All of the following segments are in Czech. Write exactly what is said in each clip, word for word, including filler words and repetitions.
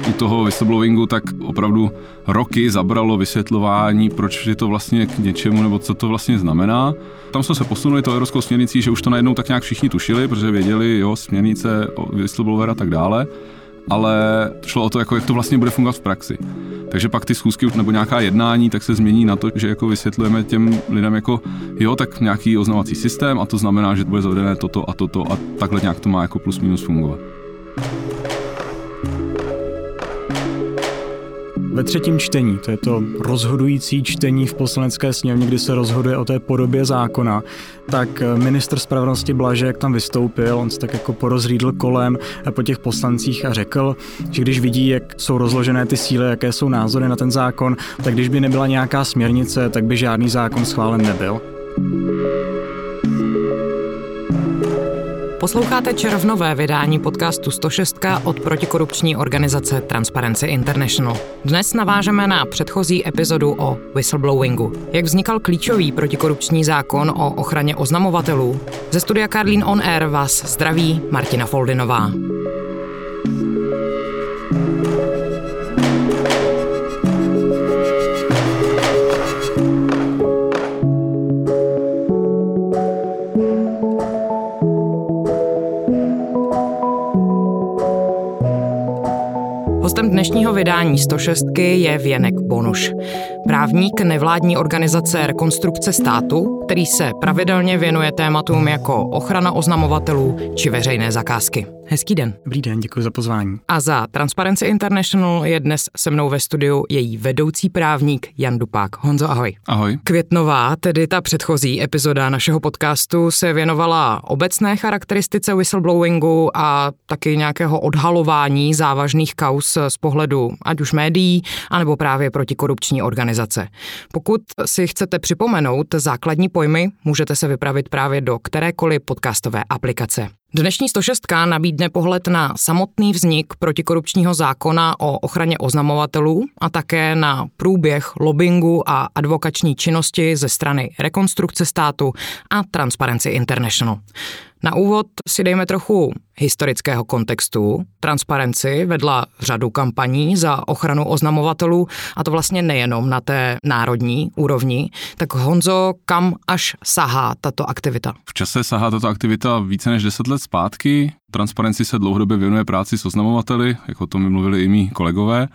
u toho whistleblowingu, tak opravdu roky zabralo vysvětlování, proč je to vlastně k něčemu, nebo co to vlastně znamená. Tam jsme se posunuli to evropskou směrnicí, že už to najednou tak nějak všichni tušili, protože věděli, jo, směrnice o whistleblower a tak dále, ale šlo o to, jako, jak to vlastně bude fungovat v praxi. Takže pak ty schůzky nebo nějaká jednání tak se změní na to, že jako vysvětlujeme těm lidem jako jo, tak nějaký oznamovací systém a to znamená, že bude zavedené toto a toto a takhle nějak to má jako plus minus fungovat. Ve třetím čtení, to je to rozhodující čtení v Poslanecké sněmovně, kdy se rozhoduje o té podobě zákona, tak ministr spravedlnosti Blažek tam vystoupil, on se tak jako porozhlídl kolem po těch poslancích a řekl, že když vidí, jak jsou rozložené ty síly, jaké jsou názory na ten zákon, tak když by nebyla nějaká směrnice, tak by žádný zákon schválen nebyl. Posloucháte červnové vydání podcastu sto šest od protikorupční organizace Transparency International. Dnes navážeme na předchozí epizodu o whistleblowingu. Jak vznikal klíčový protikorupční zákon o ochraně oznamovatelů? Ze studia Karlín On Air vás zdraví Martina Foldinová. Hostem dnešního vydání sto šest je Věnek Bonuš, právník nevládní organizace Rekonstrukce státu, který se pravidelně věnuje tématům jako ochrana oznamovatelů či veřejné zakázky. Hezký den. Dobrý den, děkuji za pozvání. A za Transparency International je dnes se mnou ve studiu její vedoucí právník Jan Dupák. Honzo, ahoj. Ahoj. Květnová, tedy ta předchozí epizoda našeho podcastu, se věnovala obecné charakteristice whistleblowingu a taky nějakého odhalování závažných kauz z pohledu ať už médií, anebo právě protikorupční organizace. Pokud si chcete připomenout základní pojmy, můžete se vypravit právě do kterékoliv podcastové aplikace. Dnešní sto šest nabídne pohled na samotný vznik protikorupčního zákona o ochraně oznamovatelů a také na průběh lobbingu a advokační činnosti ze strany Rekonstrukce státu a Transparency International. Na úvod si dejme trochu historického kontextu. Transparency vedla řadu kampaní za ochranu oznamovatelů, a to vlastně nejenom na té národní úrovni. Tak Honzo, kam až sahá tato aktivita? V čase sahá tato aktivita více než deset let zpátky. Transparency se dlouhodobě věnuje práci s oznamovateli, jako o tom mi mluvili i mý kolegové.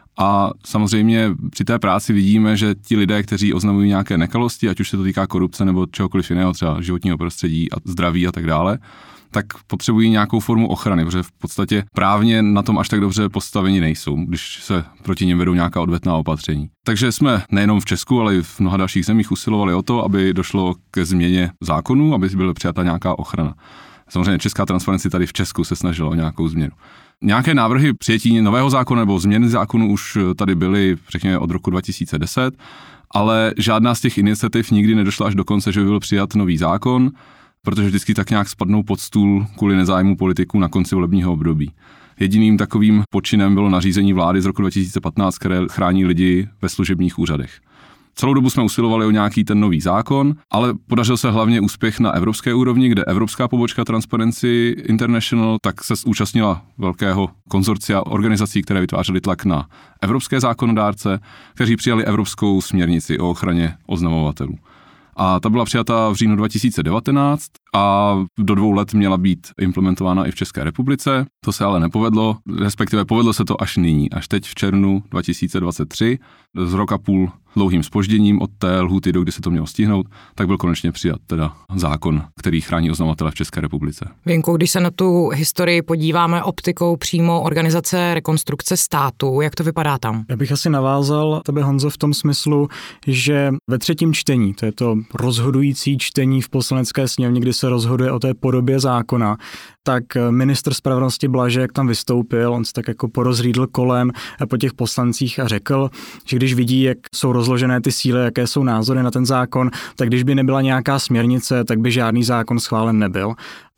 A samozřejmě při té práci vidíme, že ti lidé, kteří oznamují nějaké nekalosti, ať už se to týká korupce nebo čehokoliv jiného, třeba životního prostředí a zdraví a tak dále, tak potřebují nějakou formu ochrany, protože v podstatě právně na tom až tak dobře postaveni nejsou, když se proti nim vedou nějaká odvetná opatření. Takže jsme nejenom v Česku, ale i v mnoha dalších zemích usilovali o to, aby došlo ke změně zákonů, aby byla přijata nějaká ochrana. Samozřejmě Česká Transparency tady v Česku se snažila o nějakou změnu. Nějaké návrhy přijetí nového zákona nebo změny zákonu už tady byly, řekněme, od roku dva tisíce deset, ale žádná z těch iniciativ nikdy nedošla až do konce, že by byl přijat nový zákon, protože vždycky tak nějak spadnou pod stůl kvůli nezájmu politiků na konci volebního období. Jediným takovým počinem bylo nařízení vlády z roku dva tisíce patnáct, které chrání lidi ve služebních úřadech. Celou dobu jsme usilovali o nějaký ten nový zákon, ale podařil se hlavně úspěch na evropské úrovni, kde evropská pobočka Transparency International tak se zúčastnila velkého konzorcia organizací, které vytvářely tlak na evropské zákonodárce, kteří přijali evropskou směrnici o ochraně oznamovatelů. A ta byla přijata v říjnu dva tisíce devatenáct a do dvou let měla být implementována i v České republice. To se ale nepovedlo, respektive povedlo se to až nyní, až teď v červnu dva tisíce dvacet tři, z roka půl dlouhým zpožděním od té lhůty, do kdy se to mělo stihnout, tak byl konečně přijat teda zákon, který chrání oznamovatele v České republice. Věnku, když se na tu historii podíváme optikou přímo organizace Rekonstrukce státu, jak to vypadá tam? Já bych asi navázal tebe, Honzo, v tom smyslu, že ve třetím čtení, to je to rozhodující čtení v Poslanecké sněmovně, kdy se rozhoduje o té podobě zákona, tak ministr spravedlnosti Blažek tam vystoupil, on se tak jako porozhlídl kolem po těch poslancích a řekl, že když vidí, jak jsou rozložené ty síly, jaké jsou názory na ten zákon, tak když by nebyla nějaká směrnice, tak by žádný zákon schválen nebyl.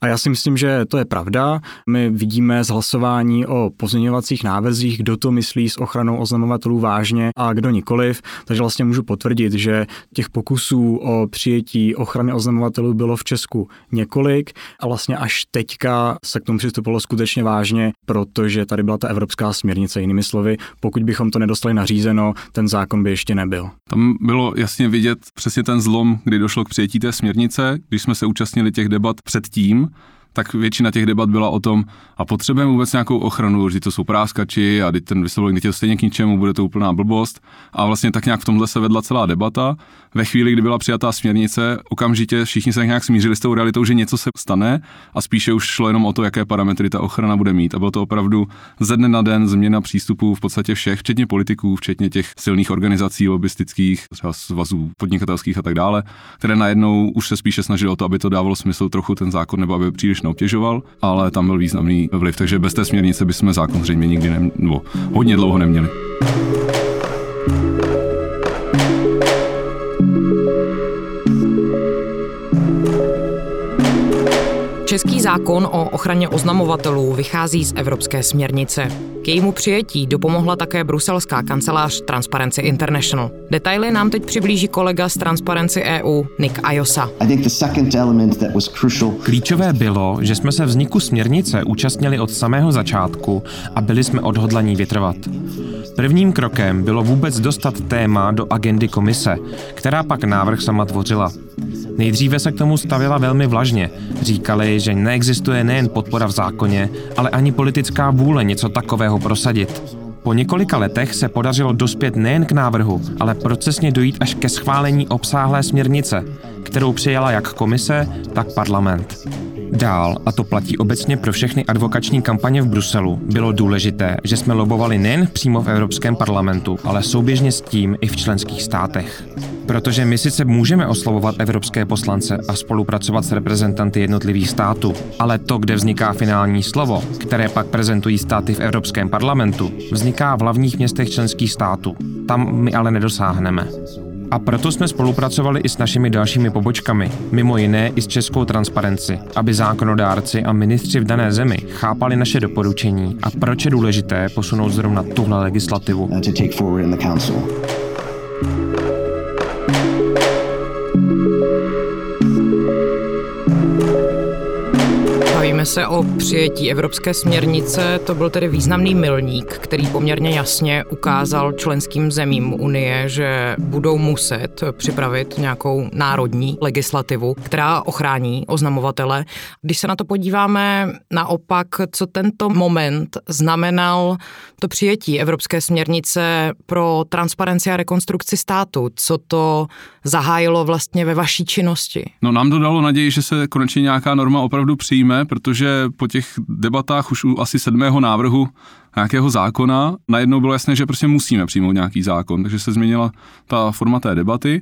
A já si myslím, že to je pravda. My vidíme z hlasování o pozměňovacích návrzích, kdo to myslí s ochranou oznamovatelů vážně a kdo nikoliv. Takže vlastně můžu potvrdit, že těch pokusů o přijetí ochrany oznamovatelů bylo v Česku několik a vlastně až teďka se k tomu přistupovalo skutečně vážně, protože tady byla ta evropská směrnice, jinými slovy, pokud bychom to nedostali nařízeno, ten zákon by ještě nebyl. Tam bylo jasně vidět přesně ten zlom, kdy došlo k přijetí té směrnice, když jsme se účastnili těch debat předtím, tak většina těch debat byla o tom, a potřebujeme vůbec nějakou ochranu, že to jsou práskači a ten whistleblowing je to stejně k ničemu, bude to úplná blbost. A vlastně tak nějak v tomhle se vedla celá debata. Ve chvíli, kdy byla přijatá směrnice, okamžitě všichni se nějak smířili s tou realitou, že něco se stane a spíše už šlo jenom o to, jaké parametry ta ochrana bude mít. A bylo to opravdu ze dne na den změna přístupů v podstatě všech, včetně politiků, včetně těch silných organizací lobistických, třeba svazů podnikatelských a tak dále, které najednou už se spíše snažili o to, aby to dávalo smysl trochu ten zákon, nebo aby příliš neobtěžoval, ale tam byl významný vliv, takže bez té směrnice bychom zákon zřejmě nikdy ne, nebo hodně dlouho neměli. Český zákon o ochraně oznamovatelů vychází z evropské směrnice. K jejímu přijetí dopomohla také bruselská kancelář Transparency International. Detaily nám teď přiblíží kolega z Transparency E U Nick Ayosa. Klíčové bylo, že jsme se vzniku směrnice účastnili od samého začátku a byli jsme odhodlaní vytrvat. Prvním krokem bylo vůbec dostat téma do agendy komise, která pak návrh sama tvořila. Nejdříve se k tomu stavila velmi vlažně. Říkali, že neexistuje nejen podpora v zákoně, ale ani politická vůle něco takového prosadit. Po několika letech se podařilo dospět nejen k návrhu, ale procesně dojít až ke schválení obsáhlé směrnice, kterou přijala jak komise, tak parlament. Dál, a to platí obecně pro všechny advokační kampaně v Bruselu, bylo důležité, že jsme lobovali nejen přímo v Evropském parlamentu, ale souběžně s tím i v členských státech. Protože my sice můžeme oslovovat evropské poslance a spolupracovat s reprezentanty jednotlivých států, ale to, kde vzniká finální slovo, které pak prezentují státy v Evropském parlamentu, vzniká v hlavních městech členských států. Tam my ale nedosáhneme. A proto jsme spolupracovali i s našimi dalšími pobočkami, mimo jiné i s Českou Transparency, aby zákonodárci a ministři v dané zemi chápali naše doporučení a proč je důležité posunout zrovna tuhle legislativu. Bavíme se o přijetí evropské směrnice, to byl tedy významný milník, který poměrně jasně ukázal členským zemím Unie, že budou muset připravit nějakou národní legislativu, která ochrání oznamovatele. Když se na to podíváme naopak, co tento moment znamenal to přijetí evropské směrnice pro transparenci a rekonstrukci státu, co to zahájilo vlastně ve vaší činnosti? No nám to dalo naději, že se konečně nějaká norma opravdu přijme, protože po těch debatách už u asi sedmého návrhu nějakého zákona najednou bylo jasné, že prostě musíme přijmout nějaký zákon, takže se změnila ta forma té debaty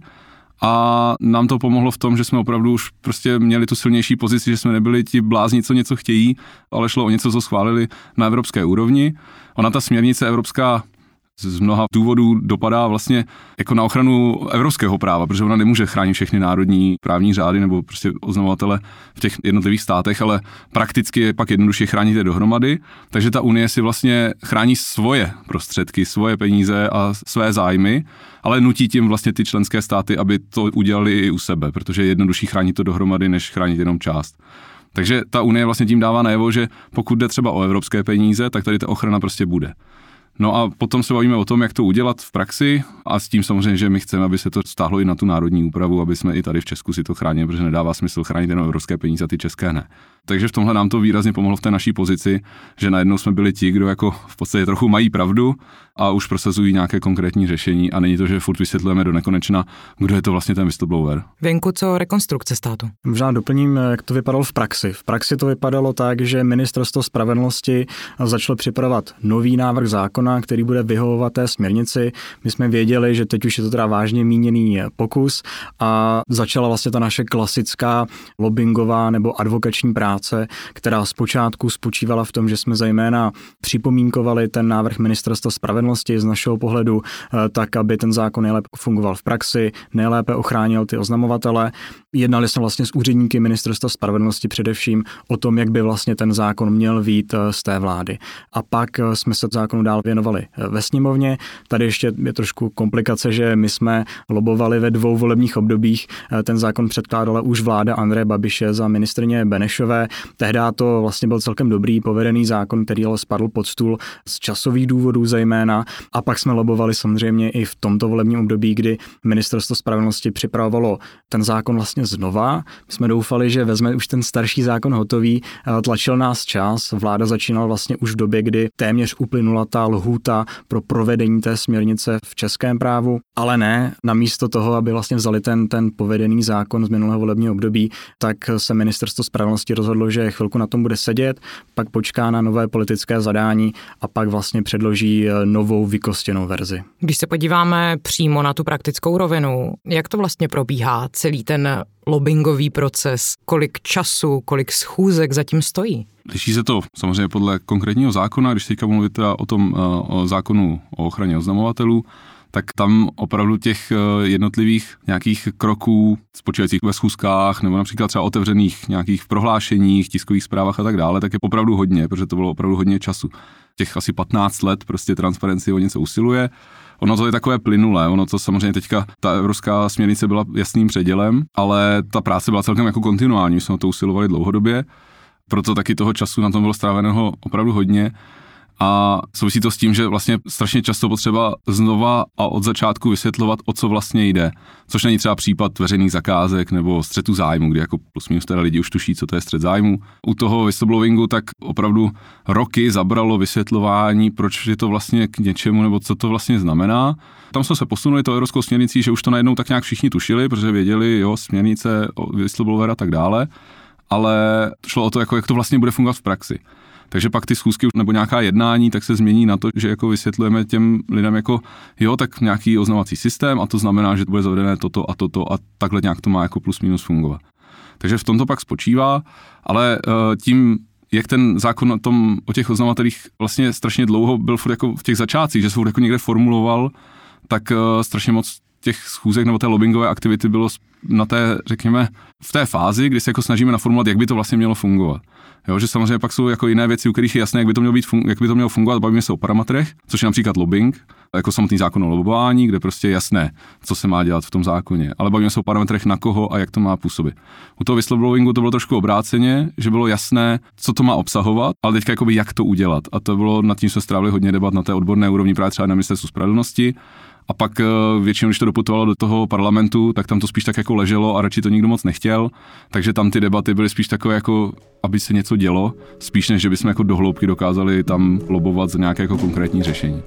a nám to pomohlo v tom, že jsme opravdu už prostě měli tu silnější pozici, že jsme nebyli ti blázni, co něco chtějí, ale šlo o něco, co schválili na evropské úrovni. Ona ta směrnice evropská z mnoha důvodů dopadá vlastně jako na ochranu evropského práva, protože ona nemůže chránit všechny národní právní řády nebo prostě oznamovatele v těch jednotlivých státech, ale prakticky je pak jednoduše chránit je dohromady, takže ta Unie si vlastně chrání svoje prostředky, svoje peníze a své zájmy, ale nutí tím vlastně ty členské státy, aby to udělali i u sebe, protože je jednodušší chránit to dohromady, než chránit jenom část. Takže ta Unie vlastně tím dává najevo, že pokud jde třeba o evropské peníze, tak tady ta ochrana prostě bude. No a potom se bavíme o tom, jak to udělat v praxi a s tím samozřejmě, že my chceme, aby se to stáhlo i na tu národní úpravu, aby jsme i tady v Česku si to chránili, protože nedává smysl chránit jenom evropské peníze a ty české ne. Takže v tomhle nám to výrazně pomohlo v té naší pozici, že najednou jsme byli ti, kdo jako v podstatě trochu mají pravdu a už prosazují nějaké konkrétní řešení a není to, že furt vysvětlujeme do nekonečna, kdo je to vlastně ten whistleblower. Věnku, co rekonstrukce státu? Možná doplním, jak to vypadalo v praxi. V praxi to vypadalo tak, že Ministerstvo spravedlnosti začalo připravovat nový návrh zákona, který bude vyhovovat té směrnici. My jsme věděli, že teď už je to teda vážně míněný pokus a začala vlastně ta naše klasická lobbingová nebo advokační práce, která zpočátku spočívala v tom, že jsme zejména připomínkovali ten návrh Ministerstva spravedlnosti spravedlnosti z našeho pohledu tak, aby ten zákon nejlépe fungoval v praxi, nejlépe ochránil ty oznamovatele. Jednali jsme vlastně s úředníky Ministerstva spravedlnosti především o tom, jak by vlastně ten zákon měl vyjít z té vlády. A pak jsme se zákonu dál věnovali ve sněmovně. Tady ještě je trošku komplikace, že my jsme lobovali ve dvou volebních obdobích. Ten zákon předkládala už vláda Andreje Babiše za ministryně Benešové. Tehdy to vlastně byl celkem dobrý, povedený zákon, který ale spadl pod stůl z časových důvodů zejména. A pak jsme lobovali samozřejmě i v tomto volebním období, kdy Ministerstvo spravedlnosti připravovalo ten zákon vlastně znova. My jsme doufali, že vezme už ten starší zákon hotový, tlačil nás čas. Vláda začínala vlastně už v době, kdy téměř uplynula ta lhůta pro provedení té směrnice v českém právu, ale ne, namísto toho, aby vlastně vzali ten, ten povedený zákon z minulého volebního období, tak se Ministerstvo spravedlnosti rozhodlo, že chvilku na tom bude sedět, pak počká na nové politické zadání a pak vlastně předloží novou vykostěnou verzi. Když se podíváme přímo na tu praktickou rovinu, jak to vlastně probíhá celý ten lobbingový proces, kolik času, kolik schůzek zatím stojí? Liší se to samozřejmě podle konkrétního zákona, když teďka mluvit teda o tom o zákonu o ochraně oznamovatelů, tak tam opravdu těch jednotlivých nějakých kroků spočívajících ve schůzkách nebo například třeba otevřených nějakých prohlášeních, tiskových zprávách a tak dále, tak je opravdu hodně, protože to bylo opravdu hodně času. Těch asi patnáct let prostě Transparency o něco usiluje. Ono to je takové plynulé, ono to samozřejmě teďka, ta evropská směrnice byla jasným předělem, ale ta práce byla celkem jako kontinuální, my jsme o to usilovali dlouhodobě, proto taky toho času na tom bylo stráveného opravdu hodně. A souvisí to s tím, že vlastně strašně často potřeba znova a od začátku vysvětlovat, o co vlastně jde. Což není třeba případ veřejných zakázek nebo střetu zájmu, kdy jako plus minus teda lidi už tuší, co to je střet zájmu. U toho whistleblowingu tak opravdu roky zabralo vysvětlování, proč je to vlastně k něčemu nebo co to vlastně znamená. Tam jsme se posunuli to evropskou směrnicí, že už to najednou tak nějak všichni tušili, protože věděli, jo, směrnice, whistleblower a tak dále, ale šlo o to, jako, jak to vlastně bude fungovat v praxi. Takže pak ty schůzky nebo nějaká jednání tak se změní na to, že jako vysvětlujeme těm lidem jako jo, tak nějaký oznamovací systém a to znamená, že to bude zavedené toto a toto a takhle nějak to má jako plus minus fungovat. Takže v tom to pak spočívá, ale tím, jak ten zákon o, tom, o těch oznamovatelích vlastně strašně dlouho byl furt jako v těch začátcích, že se furt jako někde formuloval, tak strašně moc těch schůzek nebo té lobbingové aktivity bylo na té, řekněme, v té fázi, kdy se jako snažíme naformulovat, jak by to vlastně mělo fungovat. Jo, že samozřejmě pak jsou jako jiné věci, u kterých je jasné, jak by to mělo být, jak by to mělo fungovat, bavíme se o parametrech, což je například lobbying, jako samotný zákon o lobování, kde prostě je jasné, co se má dělat v tom zákoně, ale bavíme se o parametrech na koho a jak to má působit. U toho whistleblowingu to bylo trošku obráceně, že bylo jasné, co to má obsahovat, ale teďka jakoby jak to udělat. A to bylo, nad tím jsme strávili hodně debat na té odborné úrovni právě třeba na Ministerstvu spravedlnosti. A pak většinou, když to doputovalo do toho parlamentu, tak tam to spíš tak jako leželo a radši to nikdo moc nechtěl. Takže tam ty debaty byly spíš takové jako, aby se něco dělo, spíš než, že bychom jako do hloubky dokázali tam lobovat za nějaké jako konkrétní řešení.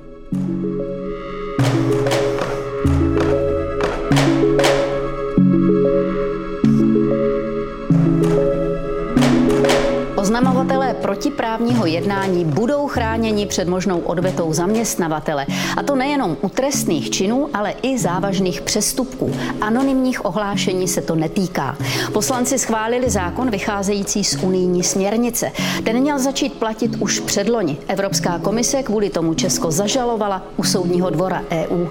Oznamovatelé protiprávního jednání budou chráněni před možnou odvetou zaměstnavatele. A to nejenom u trestných činů, ale i závažných přestupků. Anonymních ohlášení se to netýká. Poslanci schválili zákon vycházející z unijní směrnice. Ten měl začít platit už předloni. Evropská komise kvůli tomu Česko zažalovala u Soudního dvora E U.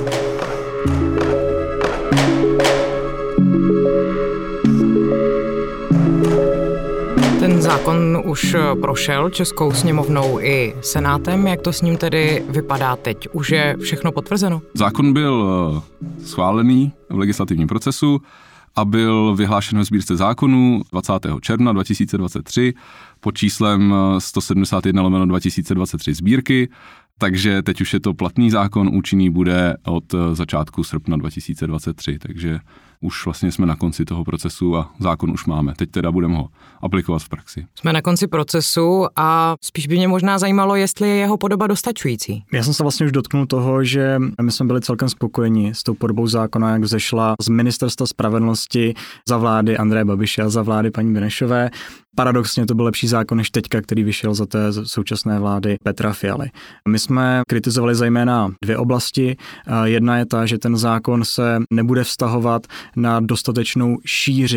Ten zákon už prošel Českou sněmovnou i Senátem. Jak to s ním tedy vypadá teď? Už je všechno potvrzeno? Zákon byl schválený v legislativním procesu a byl vyhlášen ve sbírce zákonů dvacátého června dva tisíce dvacet tři pod číslem sto sedmdesát jedna lomeno dva tisíce dvacet tři sbírky, takže teď už je to platný zákon, účinný bude od začátku srpna dva tisíce dvacet tři, takže už vlastně jsme na konci toho procesu a zákon už máme. Teď teda budeme ho aplikovat v praxi. Jsme na konci procesu a spíš by mě možná zajímalo, jestli je jeho podoba dostačující. Já jsem se vlastně už dotknul toho, že my jsme byli celkem spokojeni s tou podobou zákona, jak vzešla z Ministerstva spravedlnosti za vlády Andreje Babiše a za vlády paní Benešové. Paradoxně to byl lepší zákon než teďka, který vyšel za té současné vlády Petra Fialy. My jsme kritizovali zejména dvě oblasti. Jedna je ta, že ten zákon se nebude vztahovat na dostatečnou šíři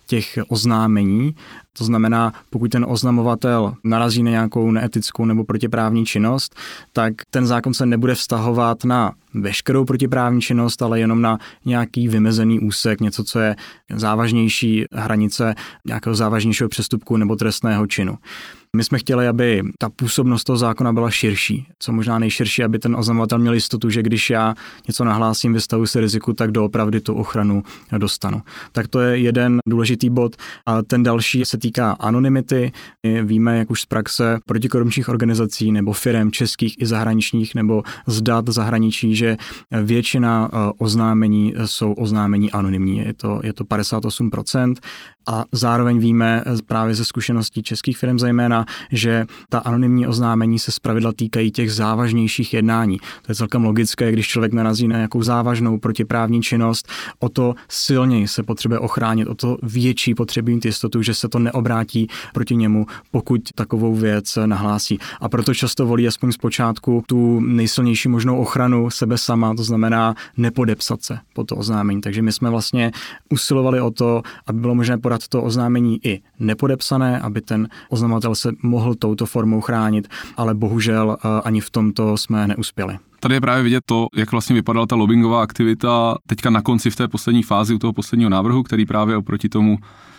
těch oznámení. To znamená, pokud ten oznamovatel narazí na nějakou neetickou nebo protiprávní činnost, tak ten zákon se nebude vztahovat na veškerou protiprávní činnost, ale jenom na nějaký vymezený úsek, něco, co je závažnější hranice nějakého závažnějšího přestupku nebo trestného činu. My jsme chtěli, aby ta působnost toho zákona byla širší, co možná nejširší, aby ten oznamovatel měl jistotu, že když já něco nahlásím, vystavuji se riziku, tak doopravdy tu ochranu dostanu. Tak to je jeden důležitý bod. A ten další se týká anonymity. My víme, jak už z praxe protikorupčních organizací nebo firem českých i zahraničních nebo z dat zahraničí, že většina oznámení jsou oznámení anonymní. Je to, je to padesát osm procent. A zároveň víme právě ze zkušeností českých firm zejména, že ta anonymní oznámení se zpravidla týkají těch závažnějších jednání. To je celkem logické, když člověk narazí na nějakou závažnou protiprávní činnost, o to silněji se potřebuje ochránit, o to větší potřebuje mít jistotu, že se to neobrátí proti němu, pokud takovou věc nahlásí. A proto často volí aspoň zpočátku tu nejsilnější možnou ochranu sebe sama, to znamená nepodepsat se pod to oznámení. Takže my jsme vlastně usilovali o to, aby bylo možné podat to oznámení i nepodepsané, aby ten oznamovatel se mohl touto formou chránit, ale bohužel ani v tomto jsme neuspěli. Tady je právě vidět to, jak vlastně vypadala ta lobbingová aktivita teďka na konci v té poslední fázi u toho posledního návrhu, který právě oproti tomu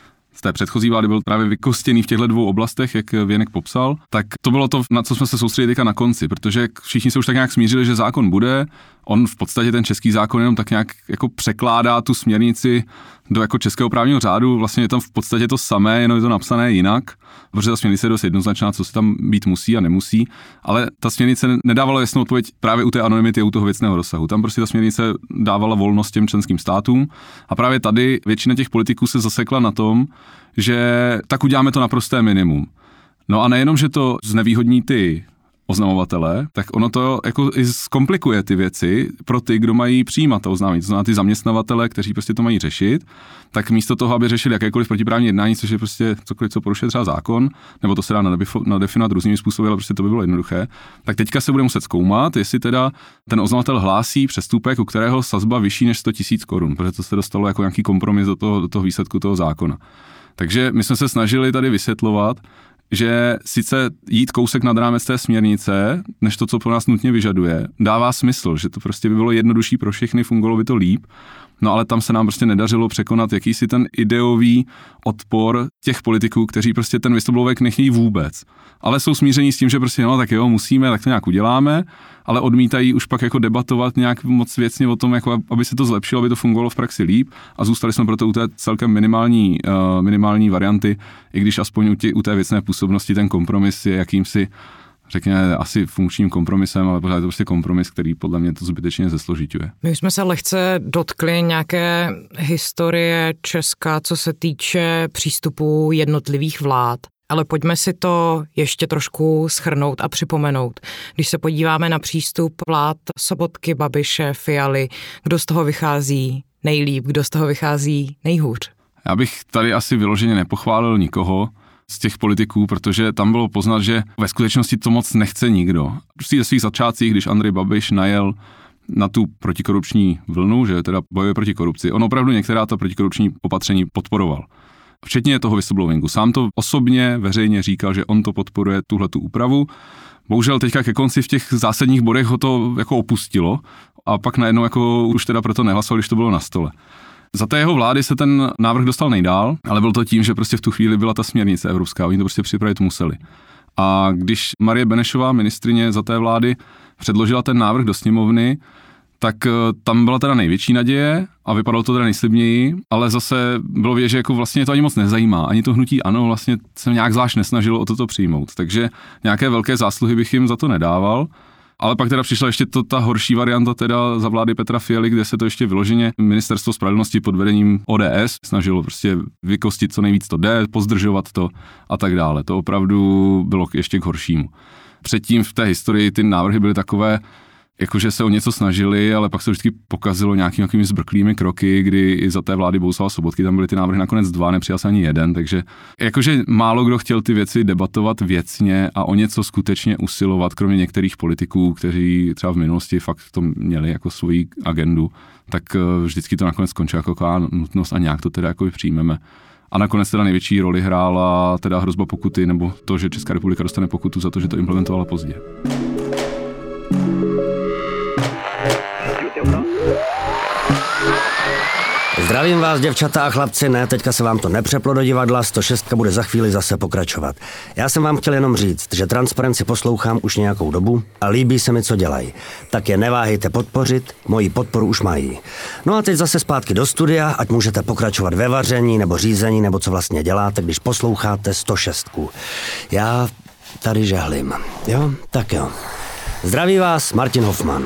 z té předchozí vlády byl právě vykostěný v těchto dvou oblastech, jak Věnek popsal, tak to bylo to, na co jsme se soustředili teďka na konci, protože všichni se už tak nějak smířili, že zákon bude, on v podstatě ten český zákon jenom tak nějak jako překládá tu směrnici do jako českého právního řádu, vlastně je tam v podstatě to samé, jenom je to napsané jinak, protože ta směrnice je dost jednoznačná, co se tam být musí a nemusí, ale ta směrnice nedávala jasnou odpověď právě u té anonymity a u toho věcného rozsahu. Tam prostě ta směrnice dávala volnost těm členským státům a právě tady většina těch politiků se zasekla na tom, že tak uděláme to naprosté minimum. No a nejenom, že to znevýhodní ty oznamovatele, tak ono to jako i zkomplikuje ty věci pro ty, kdo mají přijímat to oznámení. To znamená ty zaměstnavatele, kteří prostě to mají řešit, tak místo toho, aby řešili jakékoliv protiprávní jednání, což je prostě cokoliv, co porušuje třeba zákon, nebo to se dá nadefinovat různými způsoby, ale prostě to by bylo jednoduché, tak teďka se bude muset zkoumat, jestli teda ten oznamovatel hlásí přestupek, u kterého sazba vyšší než sto tisíc korun, protože to se dostalo jako nějaký kompromis do toho, do toho výsledku toho zákona. Takže my jsme se snažili tady vysvětlovat, že sice jít kousek nad rámec té směrnice, než to, co po nás nutně vyžaduje, dává smysl, že to prostě by bylo jednodušší pro všechny, fungovalo by to líp, no ale tam se nám prostě nedařilo překonat jakýsi ten ideový odpor těch politiků, kteří prostě ten whistleblowing nechtějí vůbec. Ale jsou smíření s tím, že prostě no tak jo, musíme, tak to nějak uděláme, ale odmítají už pak jako debatovat nějak moc věcně o tom, jako aby se to zlepšilo, aby to fungovalo v praxi líp a zůstali jsme proto u té celkem minimální, uh, minimální varianty, i když aspoň u, tě, u té věcné působnosti ten kompromis je jakýmsi, řekněme, asi funkčním kompromisem, ale pořád je to prostě kompromis, který podle mě to zbytečně zesložiťuje. My už jsme se lehce dotkli nějaké historie Česka, co se týče přístupu jednotlivých vlád. Ale pojďme si to ještě trošku shrnout a připomenout. Když se podíváme na přístup vlád Sobotky, Babiše, Fialy, kdo z toho vychází nejlíp, kdo z toho vychází nejhůř? Já bych tady asi vyloženě nepochválil nikoho z těch politiků, protože tam bylo poznat, že ve skutečnosti to moc nechce nikdo. Prostě ze svých začátcích, když Andrej Babiš najel na tu protikorupční vlnu, že teda bojuje proti korupci, on opravdu některá ta protikorupční opatření podporoval. Včetně toho whistleblowingu. Sám to osobně veřejně říkal, že on to podporuje, tuhletu úpravu. Bohužel teďka ke konci v těch zásadních bodech ho to jako opustilo a pak najednou jako už teda proto nehlasoval, když to bylo na stole. Za té jeho vlády se ten návrh dostal nejdál, ale bylo to tím, že prostě v tu chvíli byla ta směrnice evropská, oni to prostě připravit museli. A když Marie Benešová, ministryně za té vlády, předložila ten návrh do sněmovny, tak tam byla teda největší naděje a vypadalo to teda nejslibněji, ale zase bylo vidět, že jako vlastně to ani moc nezajímá. Ani to hnutí ANO vlastně se nějak zvlášť nesnažilo o toto přijmout. Takže nějaké velké zásluhy bych jim za to nedával. Ale pak teda přišla ještě to, ta horší varianta teda za vlády Petra Fialy, kde se to ještě vyloženě ministerstvo spravedlnosti pod vedením O D S snažilo prostě vykostit co nejvíc to jde, pozdržovat to a tak dále. To opravdu bylo ještě k horšímu. Předtím v té historii ty návrhy byly takové, jakože se o něco snažili, ale pak se vždycky pokazilo nějakými, nějakými zbrklými kroky, kdy i za té vlády Bohuslava Sobotky tam byly ty návrhy nakonec dva, nepřijal se ani jeden, takže jakože málo kdo chtěl ty věci debatovat věcně a o něco skutečně usilovat, kromě některých politiků, kteří třeba v minulosti fakt to měli jako svoji agendu, tak vždycky to nakonec skončilo jako taková nutnost a nějak to teda jako přijmeme. A nakonec teda největší roli hrála teda hrozba pokuty, nebo to, že Česká republika dostane pokutu za to, že to implementovala pozdě. Zdravím vás, děvčata a chlapci, ne, teďka se vám to nepřeplo do divadla, sto šest bude za chvíli zase pokračovat. Já jsem vám chtěl jenom říct, že Transparency poslouchám už nějakou dobu a líbí se mi, co dělají. Tak je neváhejte podpořit, moji podporu už mají. No a teď zase zpátky do studia, ať můžete pokračovat ve vaření nebo řízení, nebo co vlastně děláte, když posloucháte sto šest. Já tady žehlím, jo? Tak jo. Zdraví vás, Martin Hoffman.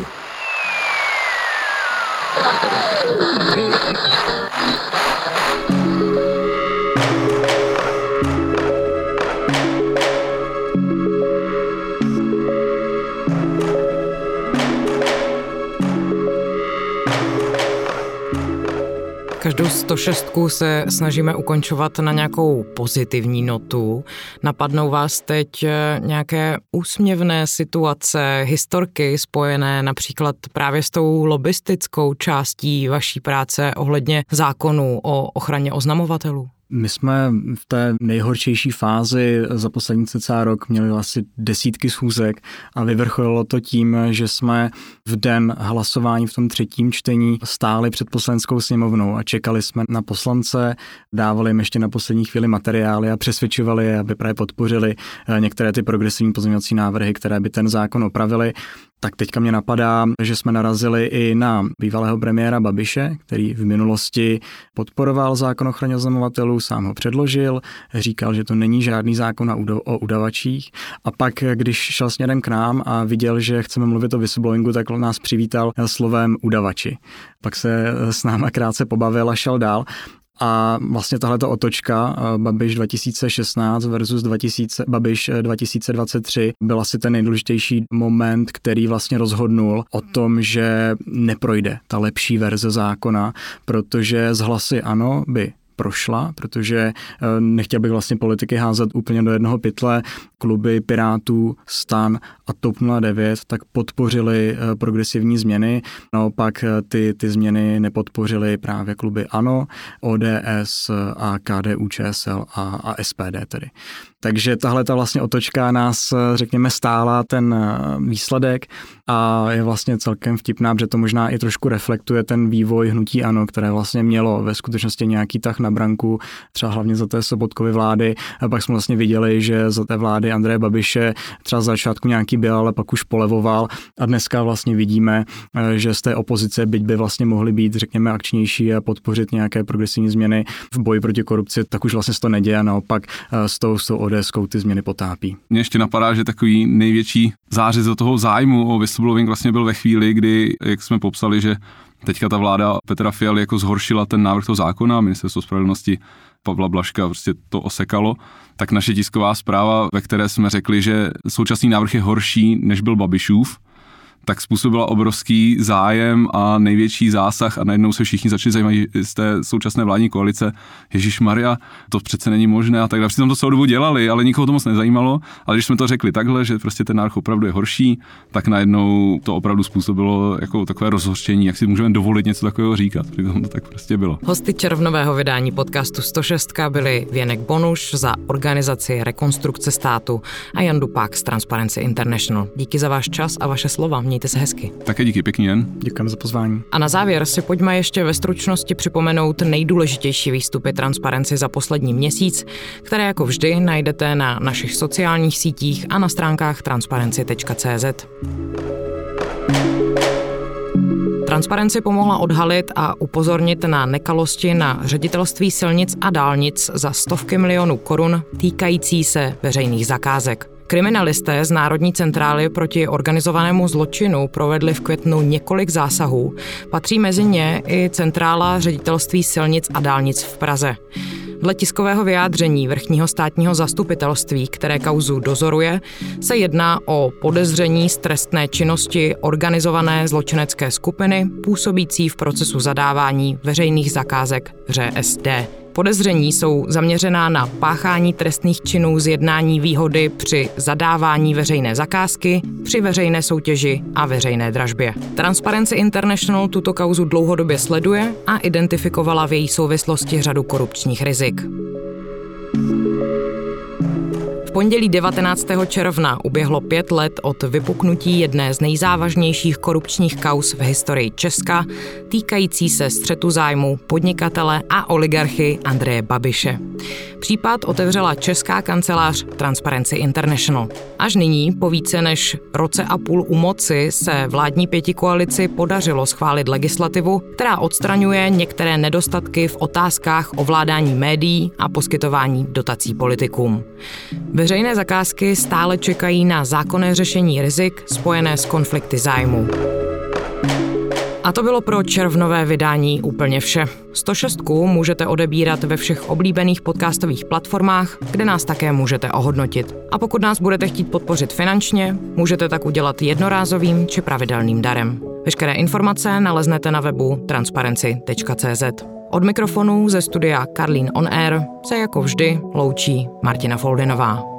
Každou sto šest se snažíme ukončovat na nějakou pozitivní notu. Napadnou vás teď nějaké úsměvné situace, historky spojené například právě s tou lobistickou částí vaší práce ohledně zákonu o ochraně oznamovatelů? My jsme v té nejhorčejší fázi za poslední cca rok měli asi desítky schůzek a vyvrcholilo to tím, že jsme v den hlasování v tom třetím čtení stáli před poslaneckou sněmovnou a čekali jsme na poslance, dávali jim ještě na poslední chvíli materiály a přesvědčovali je, aby právě podpořili některé ty progresivní pozměňovací návrhy, které by ten zákon opravily. Tak teďka mě napadá, že jsme narazili i na bývalého premiéra Babiše, který v minulosti podporoval zákon o ochraně oznamovatelů, sám ho předložil, říkal, že to není žádný zákon o udavačích a pak, když šel směrem k nám a viděl, že chceme mluvit o whistleblowingu, tak nás přivítal slovem udavači. Pak se s náma krátce pobavil a šel dál. A vlastně tahleta otočka Babiš dva tisíce šestnáct versus dva tisíce, Babiš dva tisíce dvacet tři byl asi ten nejdůležitější moment, který vlastně rozhodnul o tom, že neprojde ta lepší verze zákona, protože z hlasy ano by prošla, protože nechtěl bych vlastně politiky házet úplně do jednoho pytle. Kluby Pirátů, STAN a TOP nula devět tak podpořili progresivní změny, naopak ty, ty změny nepodpořily právě kluby ANO, O D S a K D U Č S L a, a S P D tedy. Takže tahle ta vlastně otočka nás, řekněme, stála ten výsledek a je vlastně celkem vtipná, protože to možná i trošku reflektuje ten vývoj hnutí ANO, které vlastně mělo ve skutečnosti nějaký tah na branku, třeba hlavně za té Sobotkovy vlády. A pak jsme vlastně viděli, že za té vlády Andreje Babiše třeba z začátku nějaký byl, ale pak už polevoval a dneska vlastně vidíme, že z té opozice, byť by vlastně mohly být, řekněme, akčnější a podpořit nějaké progresivní změny v boji proti korupci, tak už vlastně se to neděje a naopak s tou, s tou O D S-kou ty změny potápí. Mně ještě napadá, že takový největší zářez do toho zájmu o whistleblowing vlastně byl ve chvíli, kdy, jak jsme popsali, že teďka ta vláda Petra Fialy jako zhoršila ten návrh toho zákona, Ministerstvo spravedlnosti Pavla Blažka prostě to osekalo, tak naše tisková zpráva, ve které jsme řekli, že současný návrh je horší, než byl Babišův, tak způsobila obrovský zájem a největší zásah a najednou se všichni začali zajímat z té současné vládní koalice. Ježišmarja, to přece není možné a tak dále. Přitom to celou dobu dělali, ale nikoho to moc nezajímalo. Ale když jsme to řekli takhle, že prostě ten návrh opravdu je horší, tak najednou to opravdu způsobilo jako takové rozhořčení, jak si můžeme dovolit něco takového říkat. Přitom to tak prostě bylo. Hosty červnového vydání podcastu sto šest byli Věnek Bonuš za organizaci Rekonstrukce státu a Jan Dupák z Transparency International. Díky za váš čas a vaše slova. Mějte se hezky. Také díky, pěkný den. Děkujeme za pozvání. A na závěr si pojďme ještě ve stručnosti připomenout nejdůležitější výstupy Transparency za poslední měsíc, které jako vždy najdete na našich sociálních sítích a na stránkách transparency tečka cé zet. Transparency pomohla odhalit a upozornit na nekalosti na ředitelství silnic a dálnic za stovky milionů korun týkající se veřejných zakázek. Kriminalisté z Národní centrály proti organizovanému zločinu provedli v květnu několik zásahů. Patří mezi ně i centrála ředitelství silnic a dálnic v Praze. Dle tiskového vyjádření vrchního státního zastupitelství, které kauzu dozoruje, se jedná o podezření z trestné činnosti organizované zločinecké skupiny působící v procesu zadávání veřejných zakázek ŘSD. Podezření jsou zaměřená na páchání trestných činů z jednání výhody při zadávání veřejné zakázky, při veřejné soutěži a veřejné dražbě. Transparency International tuto kauzu dlouhodobě sleduje a identifikovala v její souvislosti řadu korupčních rizik. V pondělí devatenáctého června uběhlo pět let od vypuknutí jedné z nejzávažnějších korupčních kauz v historii Česka, týkající se střetu zájmu podnikatele a oligarchy Andreje Babiše. Případ otevřela česká kancelář Transparency International. Až nyní, po více než roce a půl u moci, se vládní pětikoalici podařilo schválit legislativu, která odstraňuje některé nedostatky v otázkách ovládání médií a poskytování dotací politikům. Veřejné zakázky stále čekají na zákonné řešení rizik spojené s konflikty zájmu. A to bylo pro červnové vydání úplně vše. sto šest můžete odebírat ve všech oblíbených podcastových platformách, kde nás také můžete ohodnotit. A pokud nás budete chtít podpořit finančně, můžete tak udělat jednorázovým či pravidelným darem. Veškeré informace naleznete na webu transparency tečka cé zet. Od mikrofonu ze studia Karlín On Air se jako vždy loučí Martina Foldinová.